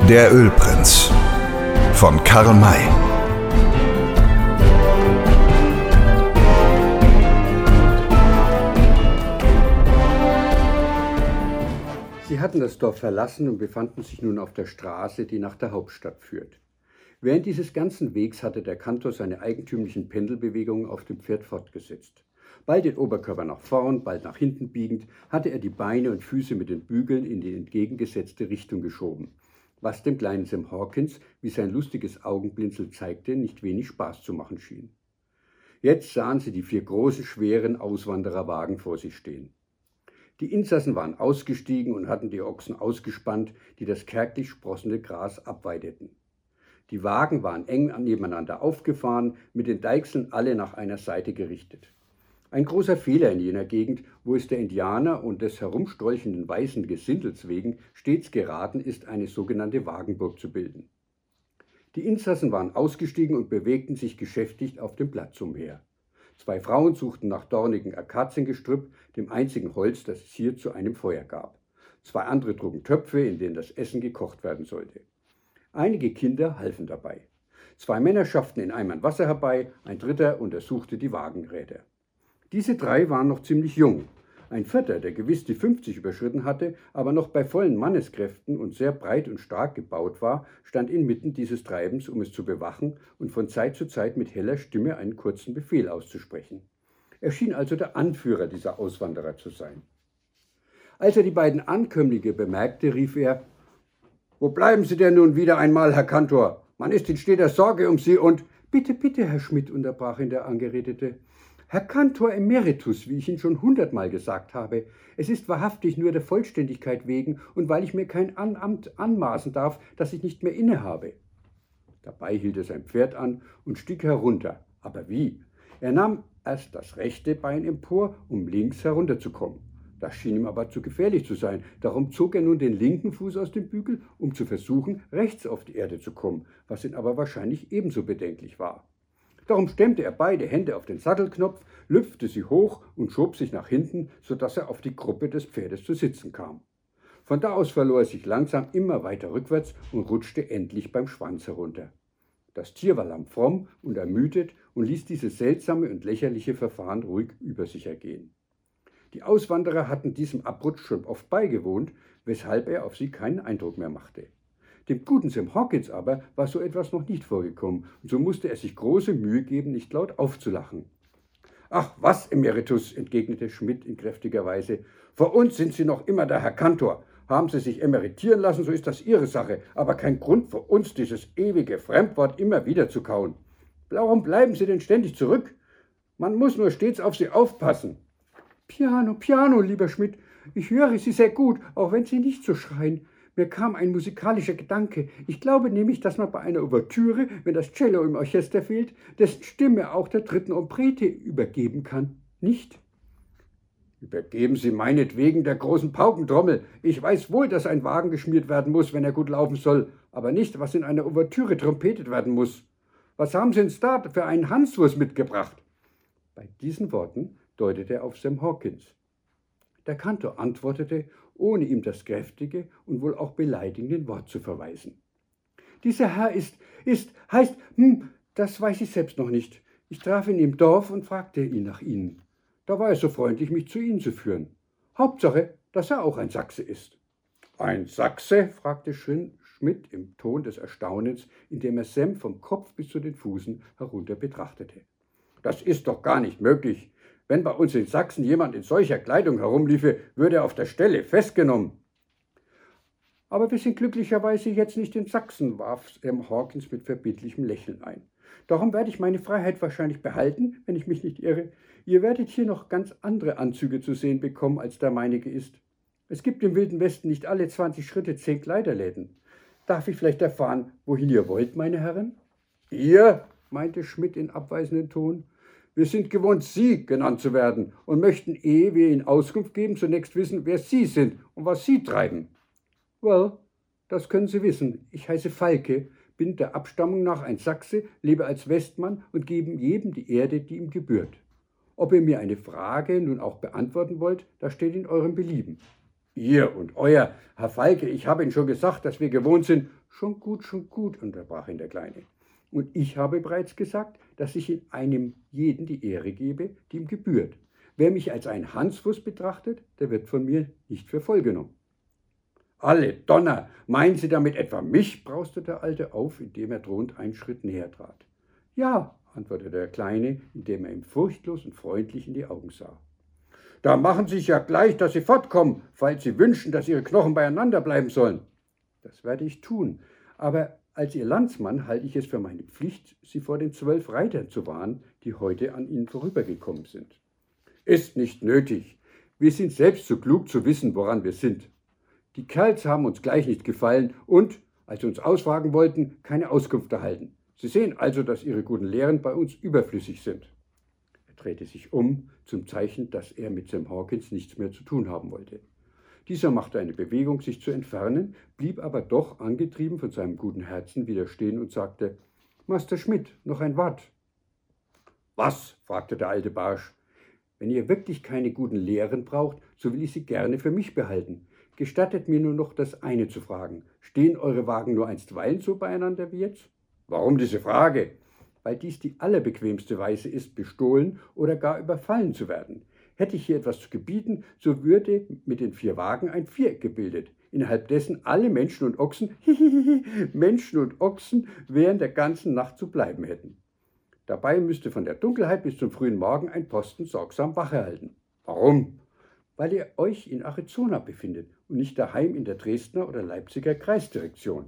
Der Ölprinz von Karl May. Sie hatten das Dorf verlassen und befanden sich nun auf der Straße, die nach der Hauptstadt führt. Während dieses ganzen Wegs hatte der Kantor seine eigentümlichen Pendelbewegungen auf dem Pferd fortgesetzt. Bald den Oberkörper nach vorn, bald nach hinten biegend, hatte er die Beine und Füße mit den Bügeln in die entgegengesetzte Richtung geschoben, was dem kleinen Sam Hawkins, wie sein lustiges Augenblinzeln zeigte, nicht wenig Spaß zu machen schien. Jetzt sahen sie die 4 großen, schweren Auswandererwagen vor sich stehen. Die Insassen waren ausgestiegen und hatten die Ochsen ausgespannt, die das kärglich sprossende Gras abweideten. Die Wagen waren eng nebeneinander aufgefahren, mit den Deichseln alle nach einer Seite gerichtet. Ein großer Fehler in jener Gegend, wo es der Indianer und des herumstrolchenden weißen Gesindels wegen stets geraten ist, eine sogenannte Wagenburg zu bilden. Die Insassen waren ausgestiegen und bewegten sich geschäftig auf dem Platz umher. 2 Frauen suchten nach dornigem Akaziengestrüpp, dem einzigen Holz, das es hier zu einem Feuer gab. 2 andere trugen Töpfe, in denen das Essen gekocht werden sollte. Einige Kinder halfen dabei. 2 Männer schafften in Eimern Wasser herbei, ein dritter untersuchte die Wagenräder. Diese 3 waren noch ziemlich jung. Ein 4., der gewiss die 50 überschritten hatte, aber noch bei vollen Manneskräften und sehr breit und stark gebaut war, stand inmitten dieses Treibens, um es zu bewachen und von Zeit zu Zeit mit heller Stimme einen kurzen Befehl auszusprechen. Er schien also der Anführer dieser Auswanderer zu sein. Als er die beiden Ankömmlinge bemerkte, rief er: »Wo bleiben Sie denn nun wieder einmal, Herr Kantor? Man ist in steter Sorge um Sie und...« »Bitte, bitte, Herr Schmidt«, unterbrach ihn der Angeredete. »Herr Kantor Emeritus, wie ich Ihnen schon 100-mal gesagt habe, es ist wahrhaftig nur der Vollständigkeit wegen und weil ich mir kein Amt anmaßen darf, das ich nicht mehr innehabe.« Dabei hielt er sein Pferd an und stieg herunter. Aber wie? Er nahm erst das rechte Bein empor, um links herunterzukommen. Das schien ihm aber zu gefährlich zu sein. Darum zog er nun den linken Fuß aus dem Bügel, um zu versuchen, rechts auf die Erde zu kommen, was ihm aber wahrscheinlich ebenso bedenklich war. Darum stemmte er beide Hände auf den Sattelknopf, lüpfte sie hoch und schob sich nach hinten, sodass er auf die Gruppe des Pferdes zu sitzen kam. Von da aus verlor er sich langsam immer weiter rückwärts und rutschte endlich beim Schwanz herunter. Das Tier war lammfromm und ermüdet und ließ dieses seltsame und lächerliche Verfahren ruhig über sich ergehen. Die Auswanderer hatten diesem Abrutsch schon oft beigewohnt, weshalb er auf sie keinen Eindruck mehr machte. Dem guten Sam Hawkins aber war so etwas noch nicht vorgekommen, und so musste er sich große Mühe geben, nicht laut aufzulachen. »Ach was, Emeritus«, entgegnete Schmidt in kräftiger Weise, »vor uns sind Sie noch immer der Herr Kantor. Haben Sie sich emeritieren lassen, so ist das Ihre Sache, aber kein Grund für uns, dieses ewige Fremdwort immer wieder zu kauen. Warum bleiben Sie denn ständig zurück? Man muss nur stets auf Sie aufpassen.« »Piano, Piano, lieber Schmidt, ich höre Sie sehr gut, auch wenn Sie nicht so schreien. Mir kam ein musikalischer Gedanke. Ich glaube nämlich, dass man bei einer Ouvertüre, wenn das Cello im Orchester fehlt, dessen Stimme auch der 3. Operette übergeben kann. Nicht?« »Übergeben Sie meinetwegen der großen Paukentrommel. Ich weiß wohl, dass ein Wagen geschmiert werden muss, wenn er gut laufen soll, aber nicht, was in einer Ouvertüre trompetet werden muss. Was haben Sie uns da für einen Hanswurst mitgebracht?« Bei diesen Worten deutete er auf Sam Hawkins. Der Kantor antwortete, ohne ihm das kräftige und wohl auch beleidigende Wort zu verweisen. »Dieser Herr heißt, das weiß ich selbst noch nicht. Ich traf ihn im Dorf und fragte ihn nach Ihnen. Da war er so freundlich, mich zu Ihnen zu führen. Hauptsache, dass er auch ein Sachse ist.« »Ein Sachse?« fragte Schmidt im Ton des Erstaunens, indem er Sam vom Kopf bis zu den Füßen herunter betrachtete. »Das ist doch gar nicht möglich. Wenn bei uns in Sachsen jemand in solcher Kleidung herumliefe, würde er auf der Stelle festgenommen.« »Aber wir sind glücklicherweise jetzt nicht in Sachsen«, warf Sam Hawkins mit verbindlichem Lächeln ein. »Darum werde ich meine Freiheit wahrscheinlich behalten, wenn ich mich nicht irre. Ihr werdet hier noch ganz andere Anzüge zu sehen bekommen, als der meinige ist. Es gibt im Wilden Westen nicht alle 20 Schritte 10 Kleiderläden. Darf ich vielleicht erfahren, wohin ihr wollt, meine Herren?« »Ihr?«, meinte Schmidt in abweisendem Ton. »Wir sind gewohnt, Sie genannt zu werden und möchten, ehe wir Ihnen Auskunft geben, zunächst wissen, wer Sie sind und was Sie treiben.« »Well, das können Sie wissen. Ich heiße Falke, bin der Abstammung nach ein Sachse, lebe als Westmann und gebe jedem die Erde, die ihm gebührt. Ob ihr mir eine Frage nun auch beantworten wollt, das steht in eurem Belieben.« Ihr und euer, Herr Falke, ich habe Ihnen schon gesagt, dass wir gewohnt sind. Schon gut, unterbrach ihn der Kleine. Und ich habe bereits gesagt, dass ich in einem jeden die Ehre gebe, die ihm gebührt. Wer mich als einen Hanswurst betrachtet, der wird von mir nicht für voll genommen. Alle Donner, meinen Sie damit etwa mich? Brauste der Alte auf, indem er drohend einen Schritt näher trat. Ja, antwortete der Kleine, indem er ihm furchtlos und freundlich in die Augen sah. Da machen Sie sich ja gleich, dass Sie fortkommen, falls Sie wünschen, dass Ihre Knochen beieinander bleiben sollen. Das werde ich tun, aber als Ihr Landsmann halte ich es für meine Pflicht, Sie vor den 12 Reitern zu warnen, die heute an Ihnen vorübergekommen sind. Ist nicht nötig. Wir sind selbst so klug zu wissen, woran wir sind. Die Kerls haben uns gleich nicht gefallen und, als sie uns ausfragen wollten, keine Auskunft erhalten. Sie sehen also, dass Ihre guten Lehren bei uns überflüssig sind. Er drehte sich um, zum Zeichen, dass er mit Sam Hawkins nichts mehr zu tun haben wollte. Dieser machte eine Bewegung, sich zu entfernen, blieb aber doch, angetrieben von seinem guten Herzen, wieder stehen und sagte: »Master Schmidt, noch ein Wort.« »Was?« fragte der alte barsch. »Wenn ihr wirklich keine guten Lehren braucht, so will ich sie gerne für mich behalten. Gestattet mir nur noch das eine zu fragen. Stehen eure Wagen nur einstweilen so beieinander wie jetzt?« »Warum diese Frage?« »Weil dies die allerbequemste Weise ist, bestohlen oder gar überfallen zu werden. Hätte ich hier etwas zu gebieten, so würde mit den 4 Wagen ein Viereck gebildet, innerhalb dessen alle Menschen und Ochsen, Menschen und Ochsen während der ganzen Nacht zu bleiben hätten. Dabei müsste von der Dunkelheit bis zum frühen Morgen ein Posten sorgsam Wache halten.« »Warum?« »Weil ihr euch in Arizona befindet und nicht daheim in der Dresdner oder Leipziger Kreisdirektion.«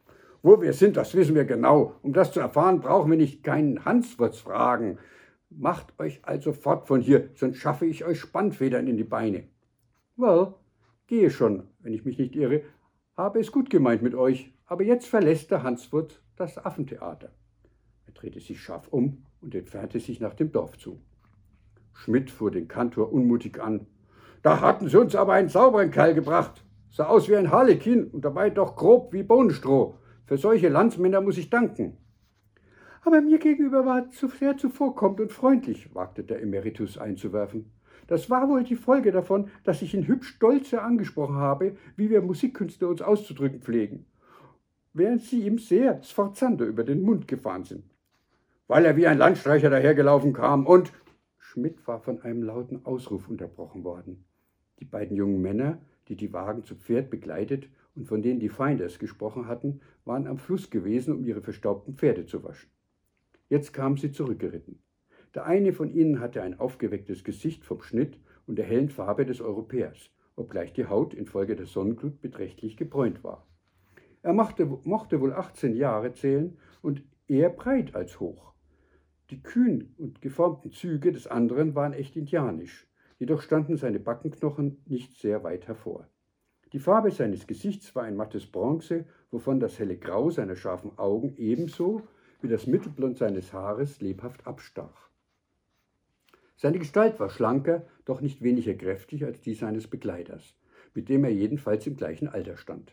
»Wo wir sind, das wissen wir genau. Um das zu erfahren, brauchen wir nicht keinen Hanswurst fragen. Macht euch also fort von hier, sonst schaffe ich euch Spannfedern in die Beine.« »Well, gehe schon, wenn ich mich nicht irre. Habe es gut gemeint mit euch, aber jetzt verlässt der Hanswurst das Affentheater.« Er drehte sich scharf um und entfernte sich nach dem Dorf zu. Schmidt fuhr den Kantor unmutig an. »Da hatten Sie uns aber einen sauberen Kerl gebracht. Sah aus wie ein Harlekin und dabei doch grob wie Bohnenstroh. Für solche Landsmänner muss ich danken.« »Aber mir gegenüber war sehr zuvorkommend und freundlich«, wagte der Emeritus einzuwerfen. »Das war wohl die Folge davon, dass ich ihn hübsch stolze angesprochen habe, wie wir Musikkünstler uns auszudrücken pflegen, während Sie ihm sehr sforzando über den Mund gefahren sind.« »Weil er wie ein Landstreicher dahergelaufen kam und...« Schmidt war von einem lauten Ausruf unterbrochen worden. Die beiden jungen Männer, die die Wagen zu Pferd begleitet und von denen die Feinde es gesprochen hatten, waren am Fluss gewesen, um ihre verstaubten Pferde zu waschen. Jetzt kamen sie zurückgeritten. Der eine von ihnen hatte ein aufgewecktes Gesicht vom Schnitt und der hellen Farbe des Europäers, obgleich die Haut infolge der Sonnenglut beträchtlich gebräunt war. Er mochte wohl 18 Jahre zählen und eher breit als hoch. Die kühn und geformten Züge des anderen waren echt indianisch, jedoch standen seine Backenknochen nicht sehr weit hervor. Die Farbe seines Gesichts war ein mattes Bronze, wovon das helle Grau seiner scharfen Augen ebenso wie das Mittelblond seines Haares lebhaft abstach. Seine Gestalt war schlanker, doch nicht weniger kräftig als die seines Begleiters, mit dem er jedenfalls im gleichen Alter stand.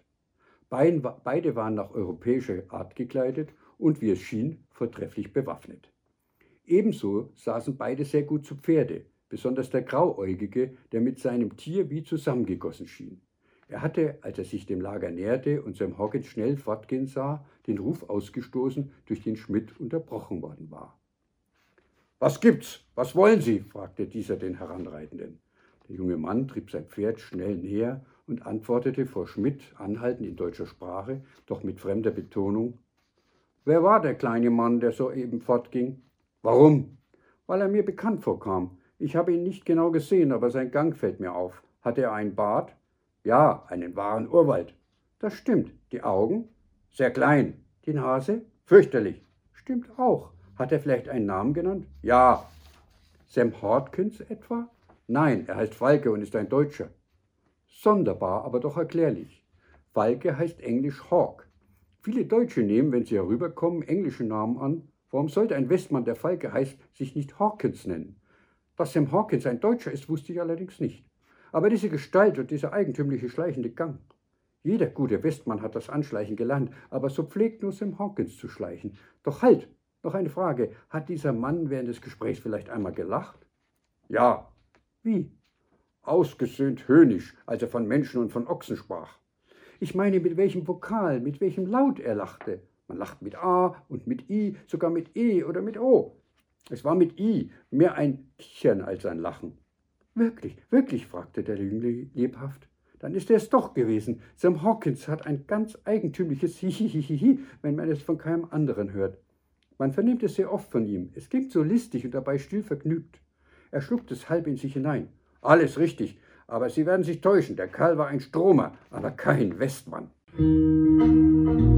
Beide waren nach europäischer Art gekleidet und, wie es schien, vortrefflich bewaffnet. Ebenso saßen beide sehr gut zu Pferde, besonders der Grauäugige, der mit seinem Tier wie zusammengegossen schien. Er hatte, als er sich dem Lager näherte und Sam Hawkins schnell fortgehen sah, den Ruf ausgestoßen, durch den Schmidt unterbrochen worden war. »Was gibt's? Was wollen Sie?« fragte dieser den Heranreitenden. Der junge Mann trieb sein Pferd schnell näher und antwortete vor Schmidt anhaltend in deutscher Sprache, doch mit fremder Betonung: »Wer war der kleine Mann, der soeben fortging?« »Warum?« »Weil er mir bekannt vorkam. Ich habe ihn nicht genau gesehen, aber sein Gang fällt mir auf. Hatte er einen Bart?« »Ja, einen wahren Urwald.« »Das stimmt. Die Augen?« »Sehr klein.« »Die Nase?« »Fürchterlich.« »Stimmt auch. Hat er vielleicht einen Namen genannt?« »Ja.« »Sam Hawkins etwa?« »Nein, er heißt Falke und ist ein Deutscher.« »Sonderbar, aber doch erklärlich. Falke heißt englisch Hawk. Viele Deutsche nehmen, wenn sie herüberkommen, englische Namen an. Warum sollte ein Westmann, der Falke heißt, sich nicht Hawkins nennen? Dass Sam Hawkins ein Deutscher ist, wusste ich allerdings nicht. Aber diese Gestalt und dieser eigentümliche schleichende Gang. Jeder gute Westmann hat das Anschleichen gelernt, aber so pflegt nur Sam Hawkins zu schleichen. Doch halt, noch eine Frage. Hat dieser Mann während des Gesprächs vielleicht einmal gelacht? Ja. Wie? ausgesöhnt höhnisch, als er von Menschen und von Ochsen sprach. Ich meine, mit welchem Vokal, mit welchem Laut er lachte. Man lacht mit A und mit I, sogar mit E oder mit O. Es war mit I mehr ein Kichern als ein Lachen. Wirklich, wirklich, fragte der Jüngling lebhaft. Dann ist er es doch gewesen. Sam Hawkins hat ein ganz eigentümliches Hihihihi, wenn man es von keinem anderen hört. Man vernimmt es sehr oft von ihm. Es klingt so listig und dabei still vergnügt. Er schluckt es halb in sich hinein. Alles richtig, aber Sie werden sich täuschen. Der Kerl war ein Stromer, aber kein Westmann.